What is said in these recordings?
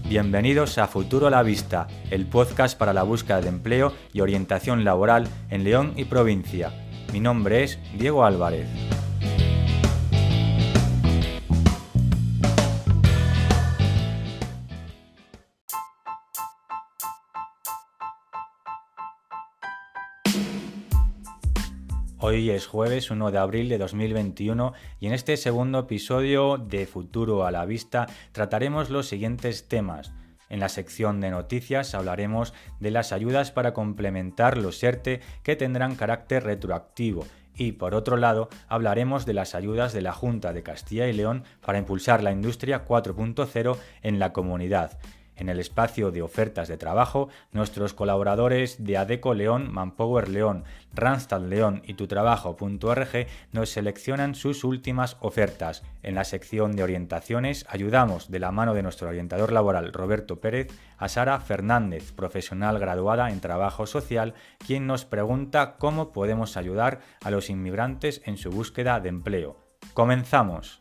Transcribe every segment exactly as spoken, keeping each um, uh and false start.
Bienvenidos a Futuro a la Vista, el podcast para la búsqueda de empleo y orientación laboral en León y provincia. Mi nombre es Diego Álvarez. Hoy es jueves uno de abril de dos mil veintiuno y en este segundo episodio de Futuro a la Vista trataremos los siguientes temas. En la sección de noticias hablaremos de las ayudas para complementar los ERTE que tendrán carácter retroactivo y, por otro lado, hablaremos de las ayudas de la Junta de Castilla y León para impulsar la industria cuatro punto cero en la comunidad. En el espacio de ofertas de trabajo, nuestros colaboradores de Adecco León, Manpower León, Randstad León y tutrabajo punto org nos seleccionan sus últimas ofertas. En la sección de orientaciones ayudamos de la mano de nuestro orientador laboral Roberto Pérez a Sara Fernández, profesional graduada en trabajo social, quien nos pregunta cómo podemos ayudar a los inmigrantes en su búsqueda de empleo. ¡Comenzamos!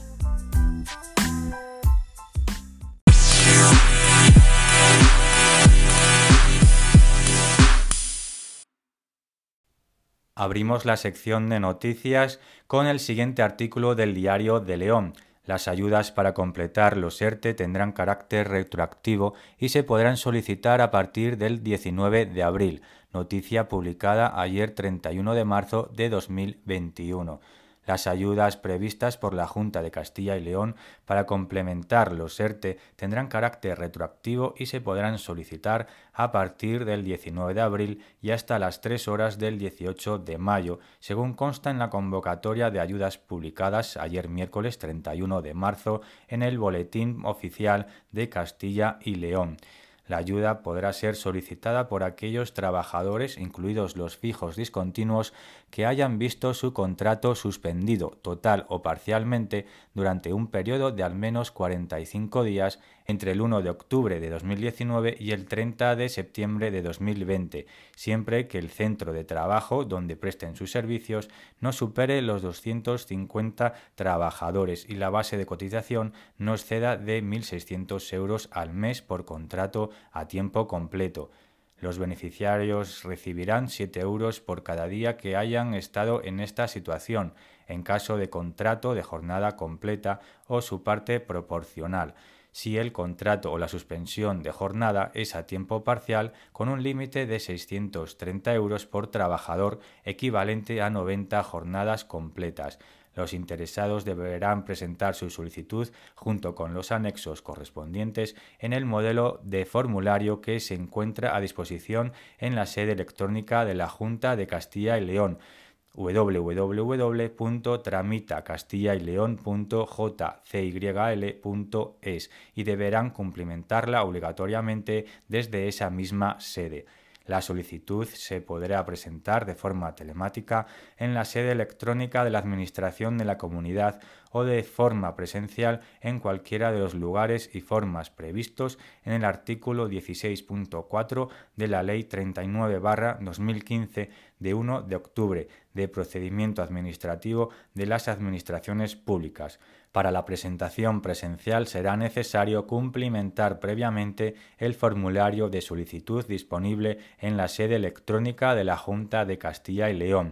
Abrimos la sección de noticias con el siguiente artículo del Diario de León. Las ayudas para completar los ERTE tendrán carácter retroactivo y se podrán solicitar a partir del diecinueve de abril. Noticia publicada ayer treinta y uno de marzo de dos mil veintiuno. Las ayudas previstas por la Junta de Castilla y León para complementar los ERTE tendrán carácter retroactivo y se podrán solicitar a partir del diecinueve de abril y hasta las tres horas del dieciocho de mayo, según consta en la convocatoria de ayudas publicadas ayer miércoles treinta y uno de marzo en el Boletín Oficial de Castilla y León. La ayuda podrá ser solicitada por aquellos trabajadores, incluidos los fijos discontinuos, que hayan visto su contrato suspendido total o parcialmente durante un periodo de al menos cuarenta y cinco días entre el uno de octubre de dos mil diecinueve y el treinta de septiembre de dos mil veinte, siempre que el centro de trabajo donde presten sus servicios no supere los doscientos cincuenta trabajadores y la base de cotización no exceda de mil seiscientos euros al mes por contrato a tiempo completo. Los beneficiarios recibirán siete euros por cada día que hayan estado en esta situación, en caso de contrato de jornada completa o su parte proporcional, si el contrato o la suspensión de jornada es a tiempo parcial, con un límite de seiscientos treinta euros por trabajador, equivalente a noventa jornadas completas. Los interesados deberán presentar su solicitud junto con los anexos correspondientes en el modelo de formulario que se encuentra a disposición en la sede electrónica de la Junta de Castilla y León, w w w punto tramita castilla y león punto j c y l punto es y deberán cumplimentarla obligatoriamente desde esa misma sede. La solicitud se podrá presentar de forma telemática en la sede electrónica de la Administración de la Comunidad o de forma presencial en cualquiera de los lugares y formas previstos en el artículo dieciséis punto cuatro de la Ley treinta y nueve barra dos mil quince de uno de octubre de procedimiento administrativo de las administraciones públicas. Para la presentación presencial será necesario cumplimentar previamente el formulario de solicitud disponible en la sede electrónica de la Junta de Castilla y León,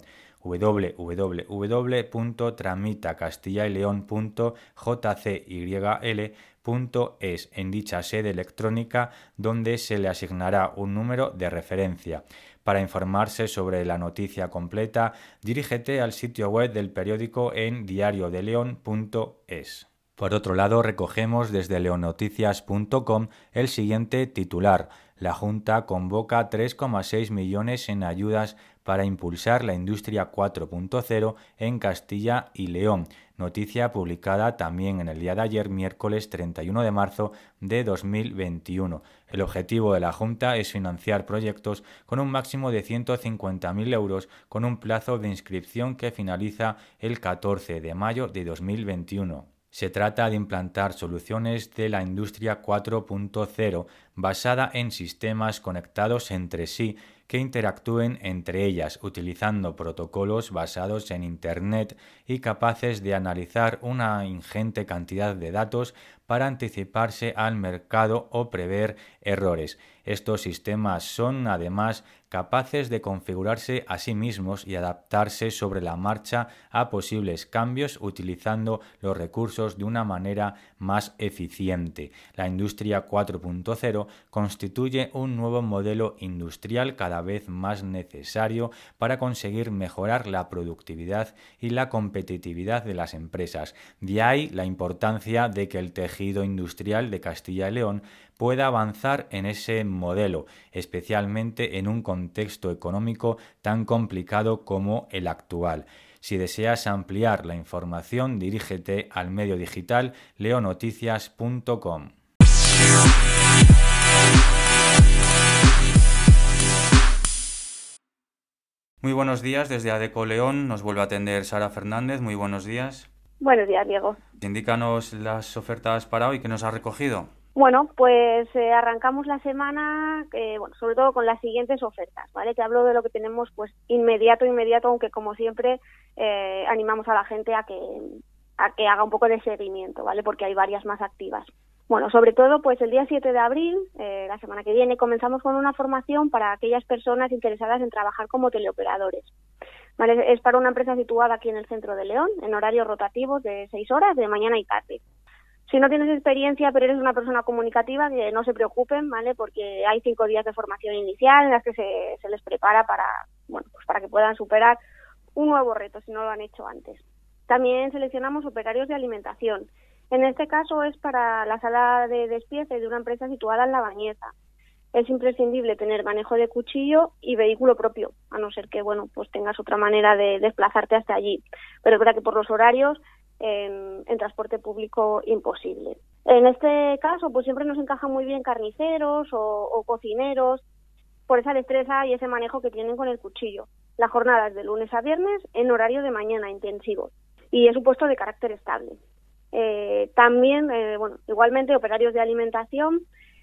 w w w punto tramita castilla y león punto j c y l punto es en dicha sede electrónica, donde se le asignará un número de referencia. Para informarse sobre la noticia completa, dirígete al sitio web del periódico en diario de león punto es. Por otro lado, recogemos desde leonnoticias punto com el siguiente titular. La Junta convoca tres coma seis millones en ayudas para impulsar la industria cuatro punto cero en Castilla y León. Noticia publicada también en el día de ayer, miércoles treinta y uno de marzo de dos mil veintiuno. El objetivo de la Junta es financiar proyectos con un máximo de ciento cincuenta mil euros con un plazo de inscripción que finaliza el catorce de mayo de dos mil veintiuno. Se trata de implantar soluciones de la industria cuatro punto cero basada en sistemas conectados entre sí que interactúen entre ellas utilizando protocolos basados en Internet y capaces de analizar una ingente cantidad de datos para anticiparse al mercado o prever errores. Estos sistemas son, además, capaces de configurarse a sí mismos y adaptarse sobre la marcha a posibles cambios utilizando los recursos de una manera más eficiente. La industria cuatro punto cero constituye un nuevo modelo industrial cada vez más necesario para conseguir mejorar la productividad y la competitividad de las empresas. De ahí la importancia de que el tejido industrial de Castilla y León pueda avanzar en ese modelo, especialmente en un contexto económico tan complicado como el actual. Si deseas ampliar la información, dirígete al medio digital leonoticias punto com. Muy buenos días, desde ADECO León nos vuelve a atender Sara Fernández. Muy buenos días. Buenos días, Diego. Indícanos las ofertas para hoy que nos ha recogido. Bueno, pues eh, arrancamos la semana, eh, bueno, sobre todo con las siguientes ofertas, ¿vale? Te hablo de lo que tenemos, pues, inmediato, inmediato, aunque como siempre eh, animamos a la gente a que a que haga un poco de seguimiento, ¿vale? Porque hay varias más activas. Bueno, sobre todo, pues el día siete de abril, eh, la semana que viene, comenzamos con una formación para aquellas personas interesadas en trabajar como teleoperadores. ¿Vale? Es para una empresa situada aquí en el centro de León, en horarios rotativos de seis horas, de mañana y tarde. Si no tienes experiencia, pero eres una persona comunicativa, que no se preocupen, ¿vale? Porque hay cinco días de formación inicial en las que se, se les prepara para, bueno, pues para que puedan superar un nuevo reto si no lo han hecho antes. También seleccionamos operarios de alimentación. En este caso es para la sala de despiece de una empresa situada en La Bañeza. Es imprescindible tener manejo de cuchillo y vehículo propio, a no ser que, bueno, pues tengas otra manera de desplazarte hasta allí. Pero es verdad que por los horarios En, en transporte público imposible. En este caso, pues siempre nos encajan muy bien carniceros o, o cocineros por esa destreza y ese manejo que tienen con el cuchillo. La jornada es de lunes a viernes en horario de mañana intensivo y es un puesto de carácter estable. Eh, también, eh, bueno, igualmente operarios de alimentación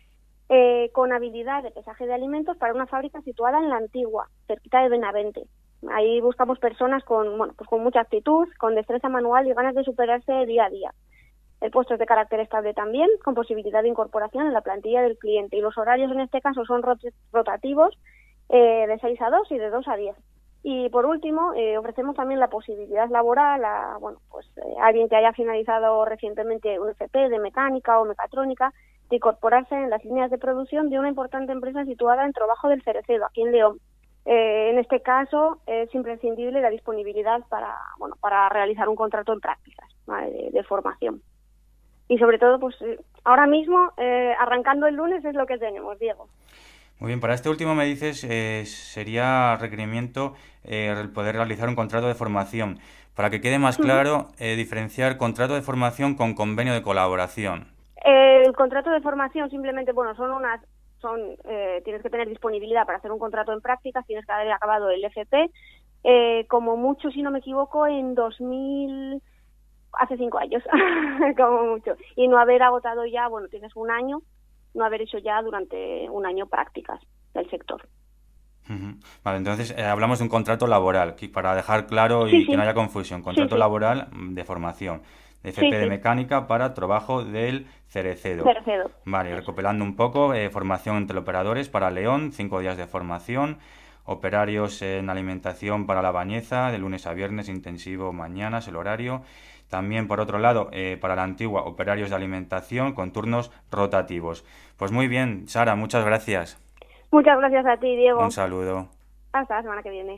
eh, con habilidad de pesaje de alimentos para una fábrica situada en La Antigua, cerquita de Benavente. Ahí buscamos personas con, bueno, pues con mucha actitud, con destreza manual y ganas de superarse día a día. El puesto es de carácter estable también, con posibilidad de incorporación en la plantilla del cliente. Y los horarios en este caso son rot- rotativos eh, de seis a dos y de dos a diez. Y por último, eh, ofrecemos también la posibilidad laboral a, bueno, pues eh, alguien que haya finalizado recientemente un F P de mecánica o mecatrónica, de incorporarse en las líneas de producción de una importante empresa situada en Trobajo del Cerecedo, aquí en León. Eh, en este caso es imprescindible la disponibilidad para, bueno, para realizar un contrato en prácticas, ¿vale? de, de formación. Y sobre todo, pues ahora mismo, eh, arrancando el lunes, es lo que tenemos, Diego. Muy bien, para este último me dices, eh, sería requerimiento eh, el poder realizar un contrato de formación. Para que quede más claro, eh, diferenciar contrato de formación con convenio de colaboración. Eh, el contrato de formación simplemente, bueno, son unas, son, eh, tienes que tener disponibilidad para hacer un contrato en prácticas, tienes que haber acabado el F P, eh, como mucho, si no me equivoco, en dos mil, hace cinco años, como mucho, y no haber agotado ya, bueno, tienes un año, no haber hecho ya durante un año prácticas del sector. Uh-huh. Vale, entonces eh, hablamos de un contrato laboral, que para dejar claro y Sí, que sí, no haya confusión, sí, contrato sí, laboral de formación, de F P sí, de sí, mecánica para trabajo del Cerecedo. Cercedo. Vale, Eso. recopilando un poco, eh, formación en teleoperadores para León, cinco días de formación, operarios en alimentación para La Bañeza, de lunes a viernes, intensivo mañanas, el horario. También, por otro lado, eh, para La Antigua, operarios de alimentación con turnos rotativos. Pues muy bien, Sara, muchas gracias. Muchas gracias a ti, Un Diego. saludo. Hasta la semana que viene.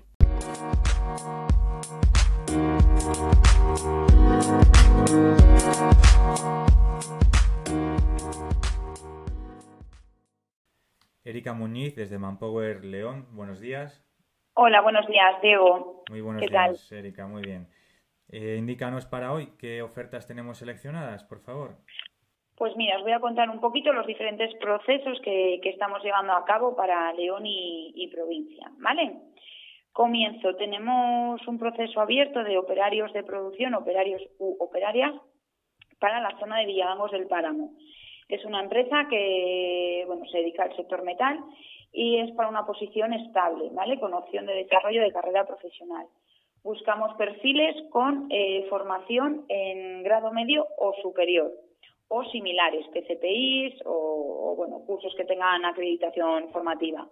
Erika Muñiz, desde Manpower León, buenos días. Hola, buenos días, Diego. Muy buenos ¿Qué días, tal? Erika, muy bien. Eh, indícanos para hoy qué ofertas tenemos seleccionadas, por favor. Pues mira, os voy a contar un poquito los diferentes procesos que, que estamos llevando a cabo para León y, y provincia, ¿vale? Comienzo. Tenemos un proceso abierto de operarios de producción, operarios u operarias, para la zona de Villalangos del Páramo. Es una empresa que, bueno, se dedica al sector metal y es para una posición estable, ¿vale? Con opción de desarrollo de carrera profesional. Buscamos perfiles con eh, formación en grado medio o superior, o similares, P C P Is o, o bueno, cursos que tengan acreditación formativa.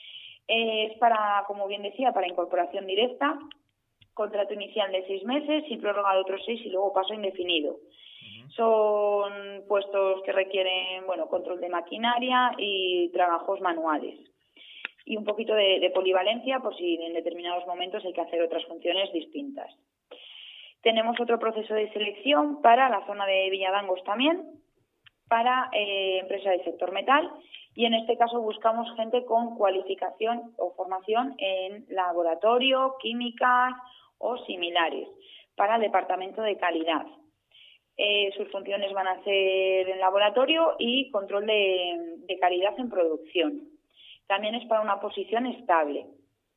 Eh, es para, como bien decía, para incorporación directa, contrato inicial de seis meses y prórroga de otros seis y luego paso indefinido. Uh-huh. Son puestos que requieren, bueno, control de maquinaria y trabajos manuales. Y un poquito de, de polivalencia por si en determinados momentos hay que hacer otras funciones distintas. Tenemos otro proceso de selección para la zona de Villadangos también, para eh, empresa del sector metal, y en este caso buscamos gente con cualificación o formación en laboratorio, químicas o similares, para el departamento de calidad. Eh, sus funciones van a ser en laboratorio y control de, de calidad en producción. También es para una posición estable.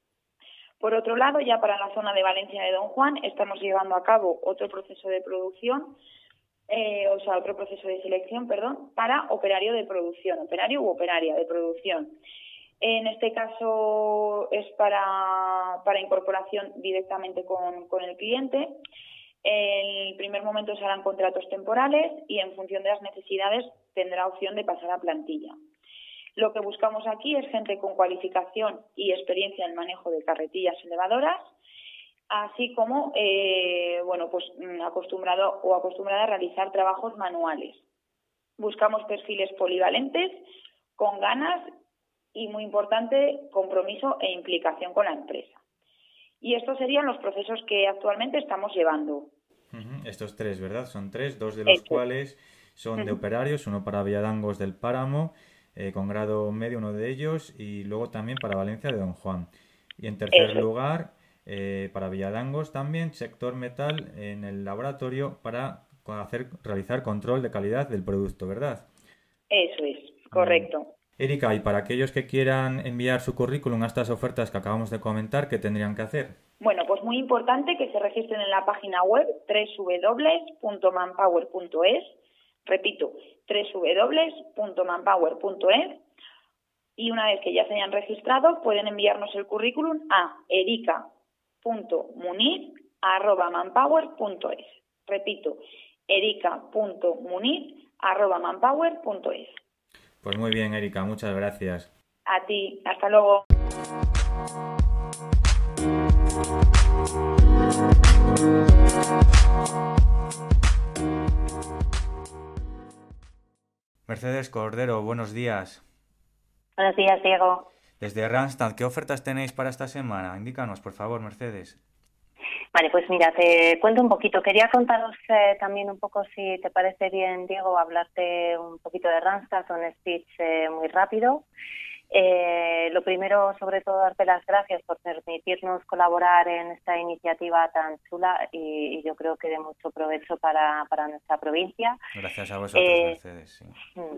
Por otro lado, ya para la zona de Valencia de Don Juan, estamos llevando a cabo otro proceso de producción, eh, o sea, otro proceso de selección, perdón, para operario de producción, operario u operaria de producción. En este caso es para, para incorporación directamente con, con el cliente. En el primer momento se harán contratos temporales y en función de las necesidades tendrá opción de pasar a plantilla. Lo que buscamos aquí es gente con cualificación y experiencia en manejo de carretillas elevadoras, así como eh, bueno, pues acostumbrado o acostumbrada a realizar trabajos manuales. Buscamos perfiles polivalentes, con ganas y, muy importante, compromiso e implicación con la empresa. Y estos serían los procesos que actualmente estamos llevando. Uh-huh. Estos tres, ¿verdad? Son tres, dos de los Esto. cuales son uh-huh. de operarios, uno para Villadangos del Páramo, Eh, con grado medio uno de ellos, y luego también para Valencia de Don Juan. Y en tercer Eso. lugar, eh, para Villadangos también, sector metal en el laboratorio para hacer realizar control de calidad del producto, ¿verdad? Eso es, correcto. Eh, Erika, y para aquellos que quieran enviar su currículum a estas ofertas que acabamos de comentar, ¿qué tendrían que hacer? Bueno, pues muy importante que se registren en la página web doble u doble u doble u punto manpower punto es. Repito, doble u doble u doble u punto manpower punto es, y una vez que ya se hayan registrado pueden enviarnos el currículum a erica punto muniz arroba manpower punto es. Repito, erica punto muniz arroba manpower punto es. Pues muy bien, Erika, muchas gracias. A ti, hasta luego. Mercedes Cordero, buenos días. Buenos días, Diego. Desde Randstad, ¿qué ofertas tenéis para esta semana? Indícanos, por favor, Mercedes. Vale, pues mira, te cuento un poquito. Quería contaros eh, también un poco, si te parece bien, Diego, hablarte un poquito de Randstad, un speech eh, muy rápido. Eh, lo primero, sobre todo, darte las gracias por permitirnos colaborar en esta iniciativa tan chula y, y yo creo que de mucho provecho para, para nuestra provincia. Gracias a vosotros, eh, Mercedes. Sí.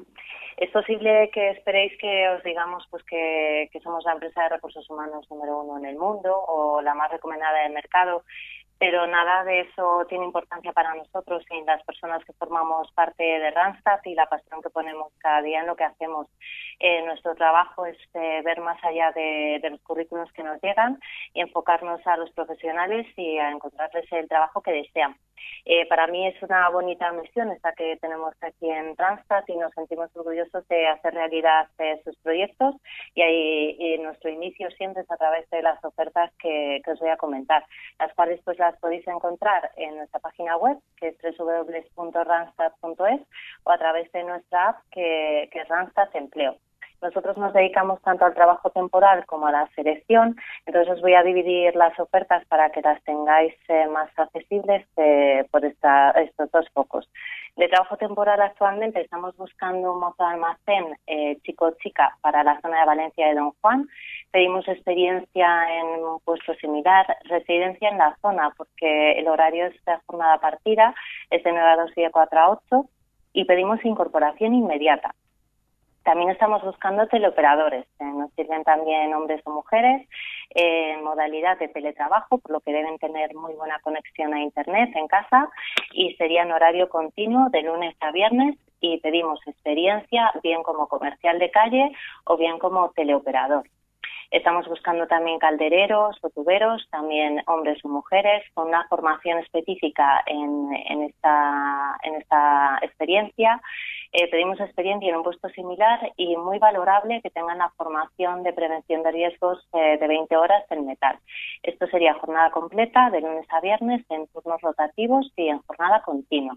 Es posible que esperéis que os digamos pues que, que somos la empresa de recursos humanos número uno en el mundo o la más recomendada del mercado, pero nada de eso tiene importancia para nosotros y las personas que formamos parte de Randstad y la pasión que ponemos cada día en lo que hacemos. Eh, nuestro trabajo es eh, ver más allá de, de los currículos que nos llegan y enfocarnos a los profesionales y a encontrarles el trabajo que desean. Eh, para mí es una bonita misión esta que tenemos aquí en Randstad y nos sentimos orgullosos de hacer realidad eh, sus proyectos y, ahí, y nuestro inicio siempre es a través de las ofertas que, que os voy a comentar, las cuales pues las podéis encontrar en nuestra página web, que es doble u doble u doble u punto randstad punto es, o a través de nuestra app, que, que es Randstad Empleo. Nosotros nos dedicamos tanto al trabajo temporal como a la selección, entonces os voy a dividir las ofertas para que las tengáis eh, más accesibles eh, por esta, estos dos focos. De trabajo temporal actualmente estamos buscando un mozo de almacén eh, chico-chica para la zona de Valencia de Don Juan. Pedimos experiencia en un puesto similar, residencia en la zona, porque el horario es de jornada partida, es de nueve a dos y de cuatro a ocho, y pedimos incorporación inmediata. También estamos buscando teleoperadores, eh, nos sirven también hombres o mujeres eh, en modalidad de teletrabajo, por lo que deben tener muy buena conexión a Internet en casa y sería en horario continuo de lunes a viernes y pedimos experiencia bien como comercial de calle o bien como teleoperador. Estamos buscando también caldereros o tuberos, también hombres o mujeres, con una formación específica en, en, esta, en esta experiencia. Eh, pedimos experiencia en un puesto similar y muy valorable que tengan la formación de prevención de riesgos eh, de veinte horas en metal. Esto sería jornada completa, de lunes a viernes, en turnos rotativos y en jornada continua.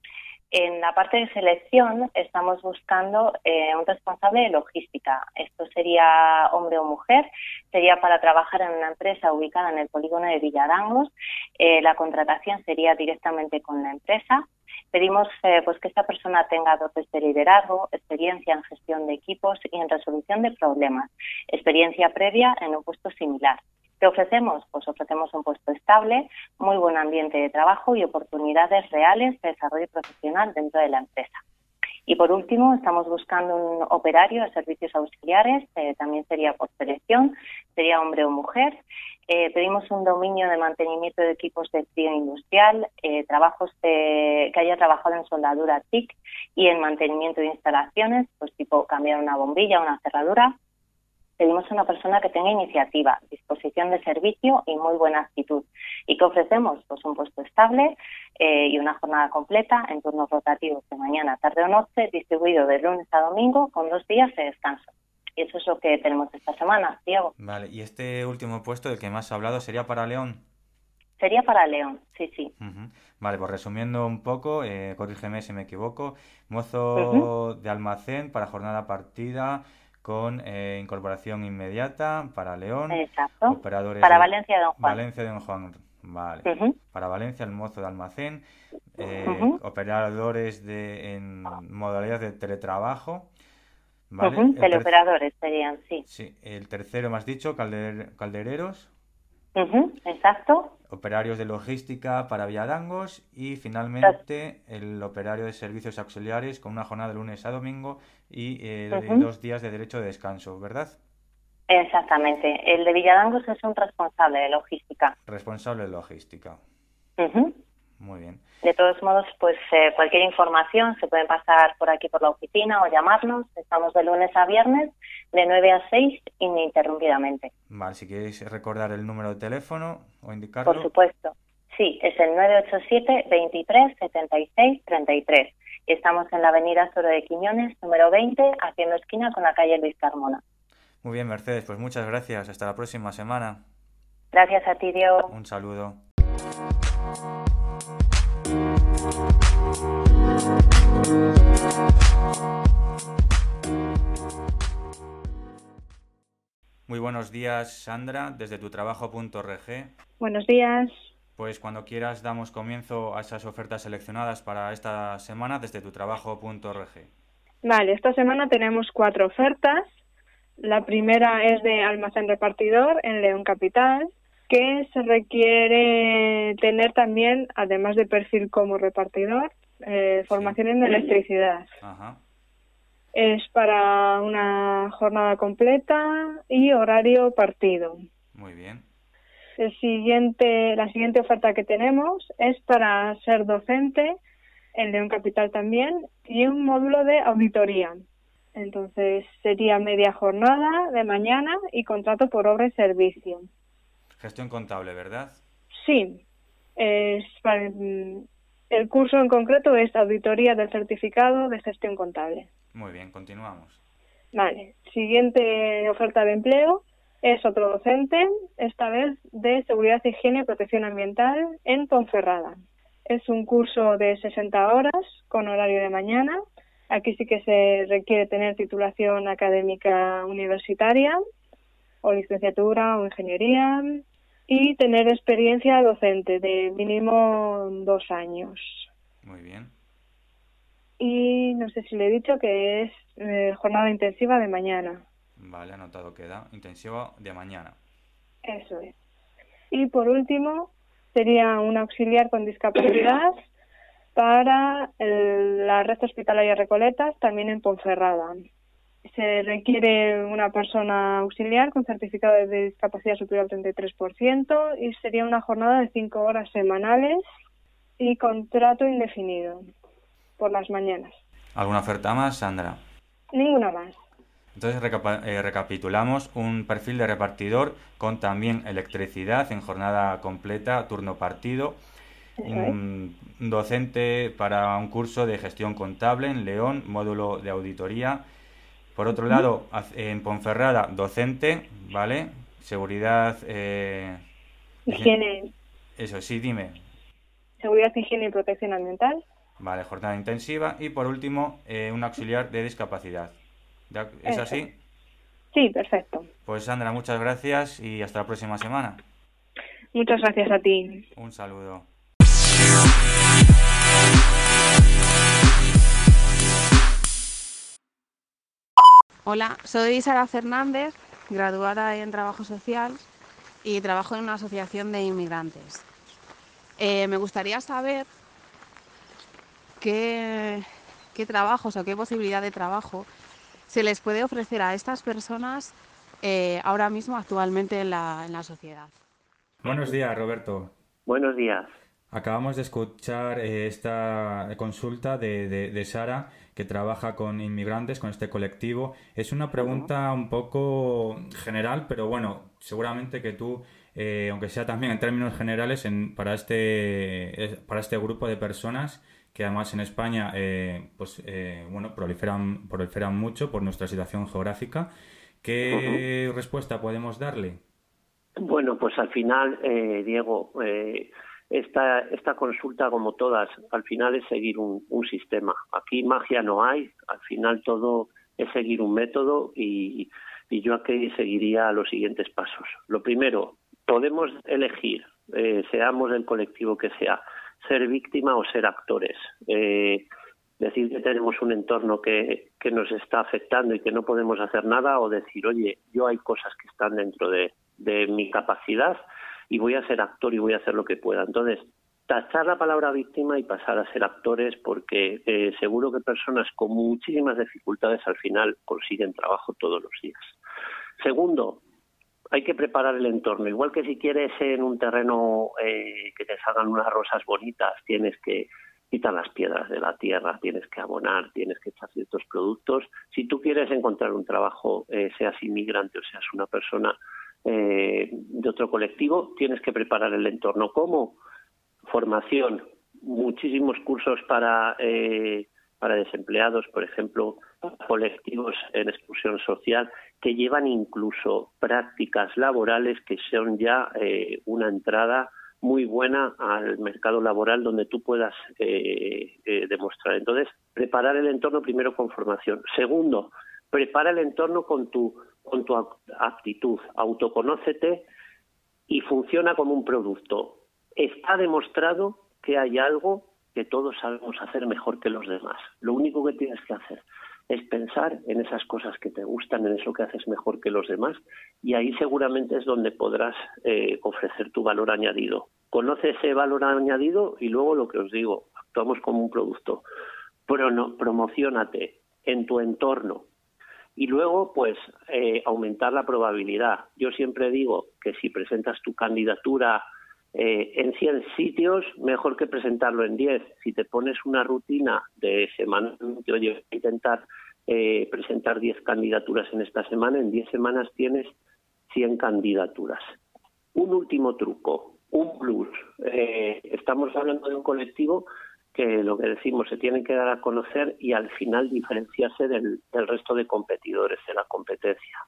En la parte de selección estamos buscando eh, un responsable de logística. Esto sería hombre o mujer, sería para trabajar en una empresa ubicada en el polígono de Villadangos. Eh, la contratación sería directamente con la empresa. Pedimos eh, pues que esta persona tenga dotes de liderazgo, experiencia en gestión de equipos y en resolución de problemas, experiencia previa en un puesto similar. ¿Qué ofrecemos? Pues ofrecemos un puesto estable, muy buen ambiente de trabajo y oportunidades reales de desarrollo profesional dentro de la empresa. Y por último, estamos buscando un operario de servicios auxiliares, eh, también sería por selección, sería hombre o mujer. Eh, pedimos un dominio de mantenimiento de equipos de frío industrial, eh, trabajos de, que haya trabajado en soldadura T I C y en mantenimiento de instalaciones, pues tipo cambiar una bombilla, una cerradura. Pedimos una persona que tenga iniciativa, disposición de servicio y muy buena actitud. ¿Y qué ofrecemos? Pues un puesto estable eh, y una jornada completa en turnos rotativos de mañana, tarde o noche, distribuido de lunes a domingo con dos días de descanso. Y eso es lo que tenemos esta semana, Diego. Vale, y este último puesto del que más has hablado sería para León. Sería para León, sí, sí. Uh-huh. Vale, pues resumiendo un poco, eh, corrígeme si me equivoco, mozo uh-huh. de almacén para jornada partida, con eh, incorporación inmediata para León. Exacto. Operadores para de... Valencia de Don Juan. Valencia de Don Juan, vale. Uh-huh. Para Valencia, el mozo de almacén. Eh, uh-huh. Operadores de en modalidad de teletrabajo. Vale. Uh-huh. Teleoperadores ter... serían, sí. Sí. El tercero, me has dicho, calder... caldereros. Uh-huh. Exacto. Operarios de logística para Villadangos y finalmente el operario de servicios auxiliares con una jornada de lunes a domingo y eh, uh-huh. dos días de derecho de descanso, ¿verdad? Exactamente. El de Villadangos es un responsable de logística. Responsable de logística. Uh-huh. Muy bien. De todos modos, pues eh, cualquier información se pueden pasar por aquí por la oficina o llamarnos. Estamos de lunes a viernes de nueve a seis ininterrumpidamente. Vale, si queréis recordar el número de teléfono o indicarlo. Por supuesto. Sí, es el nueve ocho siete, veintitrés, setenta y seis, treinta y tres. Y estamos en la avenida Soro de Quiñones, número veinte, haciendo esquina con la calle Luis Carmona. Muy bien, Mercedes, pues muchas gracias. Hasta la próxima semana. Gracias a ti, Diego. Un saludo. Muy buenos días, Sandra, desde tu trabajo punto org. Buenos días. Pues cuando quieras damos comienzo a esas ofertas seleccionadas para esta semana desde tu trabajo punto org. Vale, esta semana tenemos cuatro ofertas. La primera es de almacén repartidor en León Capital, que se requiere tener también, además de perfil como repartidor, eh, formación sí. en electricidad. Ajá. Es para una jornada completa y horario partido. Muy bien. El siguiente, la siguiente oferta que tenemos es para ser docente en León Capital también y un módulo de auditoría. Entonces sería media jornada de mañana y contrato por obra y servicio. Gestión contable, ¿verdad? Sí. Es para, el curso en concreto es auditoría del certificado de gestión contable. Muy bien, continuamos. Vale. Siguiente oferta de empleo es otro docente, esta vez de seguridad, higiene y protección ambiental en Ponferrada. Es un curso de sesenta horas con horario de mañana. Aquí sí que se requiere tener titulación académica universitaria o licenciatura o ingeniería y tener experiencia docente de mínimo dos años. Muy bien. Y no sé si le he dicho que es eh, jornada intensiva de mañana. Vale, anotado queda. Intensiva de mañana. Eso es. Y por último, sería un auxiliar con discapacidad para el, la red hospitalaria Recoletas, también en Ponferrada. Se requiere una persona auxiliar con certificado de discapacidad superior al treinta y tres por ciento y sería una jornada de cinco horas semanales y contrato indefinido por las mañanas. ¿Alguna oferta más, Sandra? Ninguna más. Entonces recapa eh, recapitulamos: un perfil de repartidor con también electricidad en jornada completa, turno partido, un docente para un curso de gestión contable en León, módulo de auditoría. Por otro lado, en Ponferrada, docente, ¿vale? Seguridad... Eh... Higiene. Eso, sí, dime. Seguridad, higiene y protección ambiental. Vale, jornada intensiva. Y por último, eh, un auxiliar de discapacidad. ¿Es Eso. así? Sí, perfecto. Pues Sandra, muchas gracias y hasta la próxima semana. Muchas gracias a ti. Un saludo. Hola, soy Sara Fernández, graduada en Trabajo Social y trabajo en una asociación de inmigrantes. Eh, me gustaría saber qué, qué trabajos o qué posibilidad de trabajo se les puede ofrecer a estas personas eh, ahora mismo, actualmente en la, en la sociedad. Buenos días, Roberto. Buenos días. Acabamos de escuchar eh, esta consulta de, de, de Sara, que trabaja con inmigrantes, con este colectivo. Es una pregunta un poco general, pero bueno, seguramente que tú, eh, aunque sea también en términos generales, en, para, este, para este grupo de personas, que además en España eh, pues, eh, bueno, proliferan, proliferan mucho por nuestra situación geográfica, ¿qué uh-huh. respuesta podemos darle? Bueno, pues al final, eh, Diego... Eh... Esta, esta consulta, como todas, al final es seguir un, un sistema. Aquí magia no hay, al final todo es seguir un método y, y yo aquí seguiría los siguientes pasos. Lo primero, podemos elegir, eh, seamos el colectivo que sea, ser víctima o ser actores. Eh, decir que tenemos un entorno que, que nos está afectando y que no podemos hacer nada, o decir, oye, yo hay cosas que están dentro de, de mi capacidad y voy a ser actor y voy a hacer lo que pueda. Entonces, tachar la palabra víctima y pasar a ser actores, porque eh, seguro que personas con muchísimas dificultades al final consiguen trabajo todos los días. Segundo, hay que preparar el entorno. Igual que si quieres en un terreno eh, que te salgan unas rosas bonitas, tienes que quitar las piedras de la tierra, tienes que abonar, tienes que echar ciertos productos. Si tú quieres encontrar un trabajo, eh, seas inmigrante o seas una persona Eh, de otro colectivo, tienes que preparar el entorno. ¿Cómo? Formación, muchísimos cursos para eh, para desempleados, por ejemplo, colectivos en exclusión social, que llevan incluso prácticas laborales que son ya eh, una entrada muy buena al mercado laboral donde tú puedas eh, eh, demostrar. Entonces, preparar el entorno primero con formación. Segundo, prepara el entorno con tu con tu actitud, autoconócete y funciona como un producto. Está demostrado que hay algo que todos sabemos hacer mejor que los demás. Lo único que tienes que hacer es pensar en esas cosas que te gustan, en eso que haces mejor que los demás, y ahí seguramente es donde podrás eh, ofrecer tu valor añadido. Conoce ese valor añadido y luego lo que os digo, actuamos como un producto. Prono, promociónate en tu entorno. Y luego, pues, eh, aumentar la probabilidad. Yo siempre digo que si presentas tu candidatura eh, en cien sitios, mejor que presentarlo en diez. Si te pones una rutina de semana, que oye, voy a intentar eh, presentar diez candidaturas en esta semana, en diez semanas tienes cien candidaturas. Un último truco, un plus. Eh, estamos hablando de un colectivo que lo que decimos se tienen que dar a conocer y al final diferenciarse del, del resto de competidores de la competencia.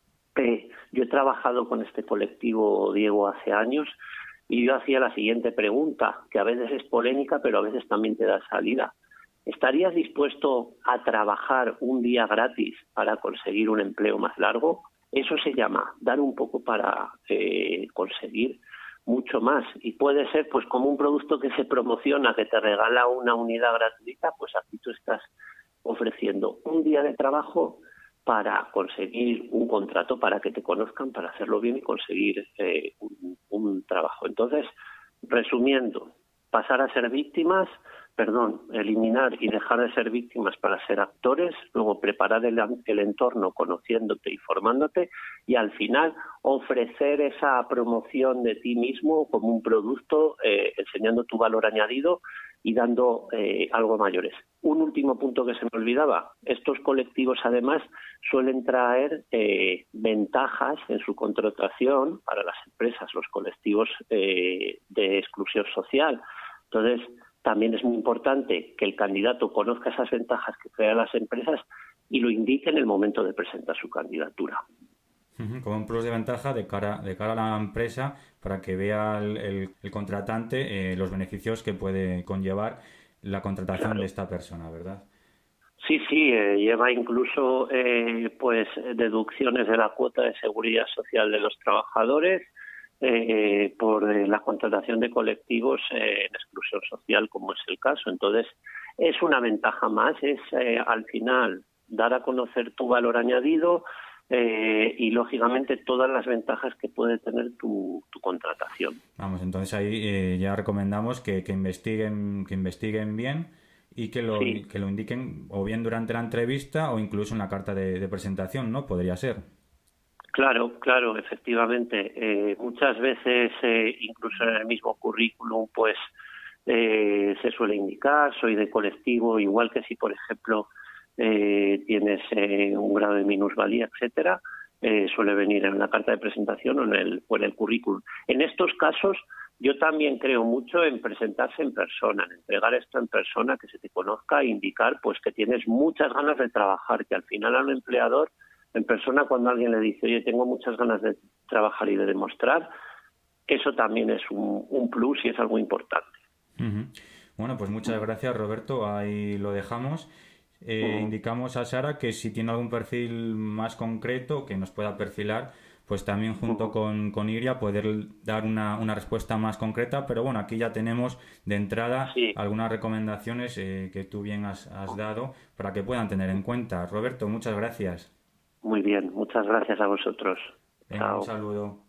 Eh, yo he trabajado con este colectivo, Diego, hace años y yo hacía la siguiente pregunta, que a veces es polémica pero a veces también te da salida. ¿Estarías dispuesto a trabajar un día gratis para conseguir un empleo más largo? Eso se llama dar un poco para eh, conseguir mucho más, y puede ser pues como un producto que se promociona, que te regala una unidad gratuita, pues aquí tú estás ofreciendo un día de trabajo para conseguir un contrato, para que te conozcan, para hacerlo bien y conseguir eh, un, un trabajo. Entonces, resumiendo, pasar a ser víctimas, perdón, eliminar y dejar de ser víctimas para ser actores, luego preparar el, el entorno conociéndote y formándote, y al final ofrecer esa promoción de ti mismo como un producto, eh, enseñando tu valor añadido y dando eh, algo mayores. Un último punto que se me olvidaba, estos colectivos además suelen traer eh, ventajas en su contratación para las empresas, los colectivos eh, de exclusión social. Entonces, también es muy importante que el candidato conozca esas ventajas que traen las empresas y lo indique en el momento de presentar su candidatura. Como un plus de ventaja de cara, de cara a la empresa para que vea el, el, el contratante eh, los beneficios que puede conllevar la contratación claro. de esta persona, ¿verdad? Sí, sí, eh, lleva incluso eh, pues deducciones de la cuota de seguridad social de los trabajadores eh, por eh, la contratación de colectivos eh, en exclusión social, como es el caso. Entonces, es una ventaja más, es eh, al final dar a conocer tu valor añadido eh, y, lógicamente, todas las ventajas que puede tener tu, tu contratación. Vamos, entonces ahí eh, ya recomendamos que, que investiguen que investiguen bien y que lo, sí. que lo indiquen o bien durante la entrevista o incluso en la carta de, de presentación, ¿no? Podría ser. Claro, claro, efectivamente. Eh, muchas veces, eh, incluso en el mismo currículum, pues eh, se suele indicar, soy de colectivo, igual que si, por ejemplo, eh, tienes eh, un grado de minusvalía, etcétera, eh, suele venir en la carta de presentación o en el, o en el currículum. En estos casos, yo también creo mucho en presentarse en persona, en entregar esto en persona, que se te conozca e indicar pues que tienes muchas ganas de trabajar, que al final a un empleador, en persona, cuando alguien le dice, oye, tengo muchas ganas de trabajar y de demostrar, eso también es un, un plus y es algo importante. Uh-huh. Bueno, pues muchas gracias, Roberto. Ahí lo dejamos. Eh, uh-huh. Indicamos a Sara que si tiene algún perfil más concreto que nos pueda perfilar, pues también junto uh-huh. con, con Iria poder dar una, una respuesta más concreta. Pero bueno, aquí ya tenemos de entrada sí. algunas recomendaciones eh, que tú bien has, has dado para que puedan tener en cuenta. Roberto, muchas gracias. Muy bien, muchas gracias a vosotros. Venga, Chao. Un saludo.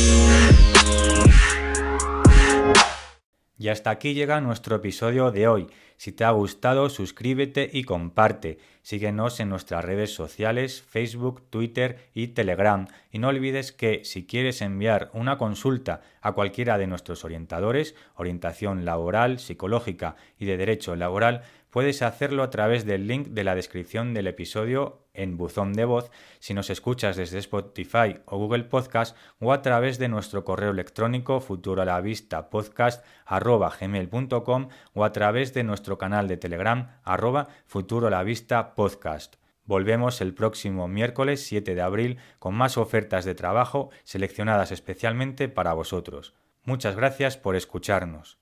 Y hasta aquí llega nuestro episodio de hoy. Si te ha gustado, suscríbete y comparte. Síguenos en nuestras redes sociales, Facebook, Twitter y Telegram. Y no olvides que si quieres enviar una consulta a cualquiera de nuestros orientadores, orientación laboral, psicológica y de derecho laboral, puedes hacerlo a través del link de la descripción del episodio en buzón de voz si nos escuchas desde Spotify o Google Podcast o a través de nuestro correo electrónico futuroalavistapodcast arroba gmail punto com o a través de nuestro canal de Telegram arroba futuroalavistapodcast. Volvemos el próximo miércoles siete de abril con más ofertas de trabajo seleccionadas especialmente para vosotros. Muchas gracias por escucharnos.